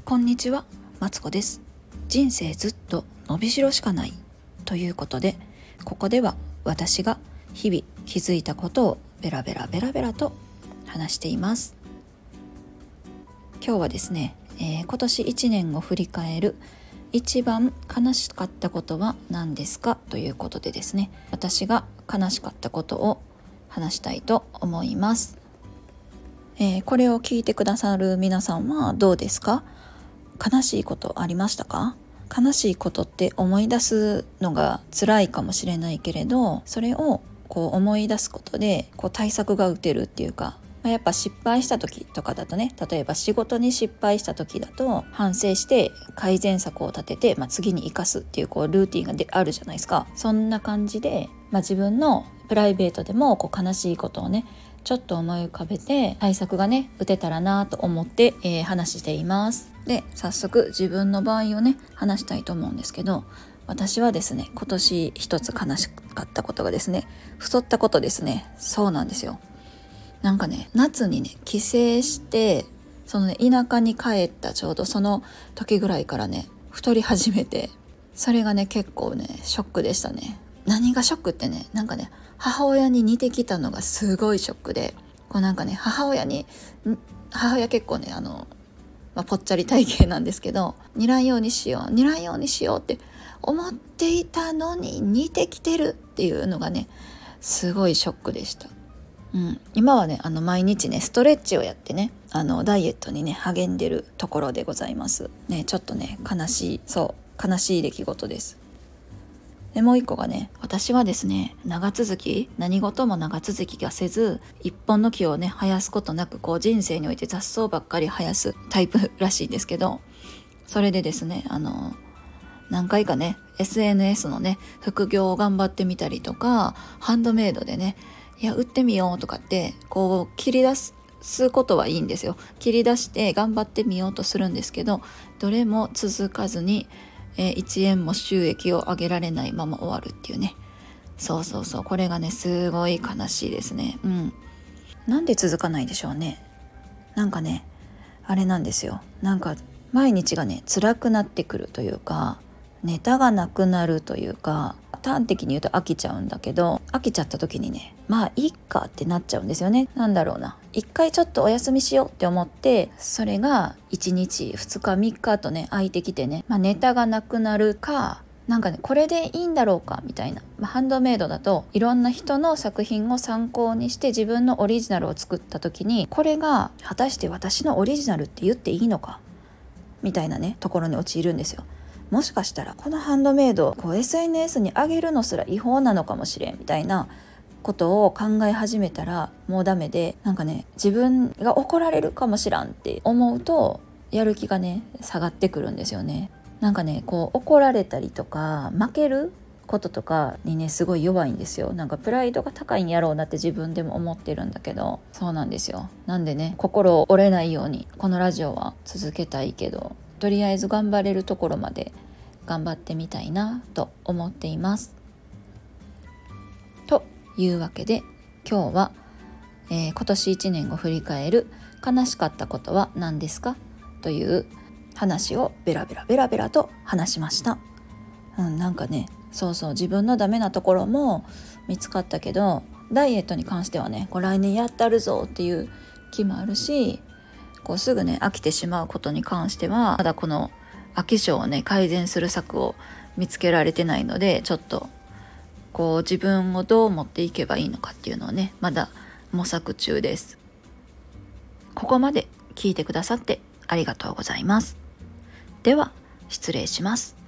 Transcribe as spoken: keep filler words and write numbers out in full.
こんにちは、マツコです。人生ずっと伸びしろしかないということで、ここでは私が日々気づいたことをベラベラベラベラと話しています。今日はですね、えー、今年いちねんを振り返る一番悲しかったことは何ですかということでですね、私が悲しかったことを話したいと思います。えー、これを聞いてくださる皆さんはどうですか？悲しいことありましたか？悲しいことって思い出すのが辛いかもしれないけれど、それをこう思い出すことでこう対策が打てるっていうか、まあ、やっぱ失敗した時とかだとね、例えば仕事に失敗した時だと反省して改善策を立てて、まあ、次に生かすっていうこうルーティンがであるじゃないですか。そんな感じで、まあ、自分のプライベートでもこう悲しいことをねちょっと思い浮かべて対策がね打てたらなと思って、えー、話しています。で、早速自分の場合をね話したいと思うんですけど、私はですね今年一つ悲しかったことがですね、太ったことですね。そうなんですよ。なんかね、夏にね帰省してそのね田舎に帰ったちょうどその時ぐらいからね太り始めて、それがね結構ねショックでしたね。何がショックってね、なんかね母親に似てきたのがすごいショックで、こうなんかね母親に母親結構ねあの、まあ、ぽっちゃり体型なんですけど、似らんようにしよう似らんようにしようって思っていたのに似てきてるっていうのがねすごいショックでした。うん、今はねあの毎日ねストレッチをやってねあのダイエットにね励んでるところでございますね。ちょっとね悲しいそう悲しい出来事です。でもう一個がね、私はですね長続き何事も長続きがせず一本の木をね生やすことなくこう人生において雑草ばっかり生やすタイプらしいんですけど、それでですねあの何回かね エスエヌエス のね副業を頑張ってみたりとか、ハンドメイドでねいや売ってみようとかってこう切り出すことはいいんですよ。切り出して頑張ってみようとするんですけど、どれも続かずにえー、いちえんも収益を上げられないまま終わるっていうね。そうそうそう、これがねすごい悲しいですね。うん。なんで続かないでしょうね。なんかねあれなんですよ。なんか毎日がね辛くなってくるというか、ネタがなくなるというか、端的に言うと飽きちゃうんだけど、飽きちゃった時にねまあいいかってなっちゃうんですよね。なんだろうな、一回ちょっとお休みしようって思って、それがいちにちふつかみっかとね空いてきてね、まあ、ネタがなくなるか、なんかねこれでいいんだろうかみたいな、まあ、ハンドメイドだといろんな人の作品を参考にして自分のオリジナルを作った時に、これが果たして私のオリジナルって言っていいのかみたいなねところに陥るんですよ。もしかしたらこのハンドメイドこう エスエヌエス に上げるのすら違法なのかもしれんみたいなことを考え始めたらもうダメで、なんかね自分が怒られるかもしらんって思うとやる気がね下がってくるんですよね。なんかねこう怒られたりとか負けることとかにねすごい弱いんですよ。なんかプライドが高いんやろうなって自分でも思ってるんだけど、そうなんですよ。なんでね心折れないようにこのラジオは続けたいけど、とりあえず頑張れるところまで頑張ってみたいなと思っています。というわけで今日は、えー、今年いちねんを振り返る悲しかったことは何ですかという話をベラベラベラベラと話しました。うん、なんかねそうそう自分のダメなところも見つかったけど、ダイエットに関してはねこう来年やったるぞっていう気もあるし、こうすぐね飽きてしまうことに関してはまだこの飽き性をね改善する策を見つけられてないので、ちょっとこう自分をどう持っていけばいいのかっていうのをねまだ模索中です。ここまで聞いてくださってありがとうございます。では失礼します。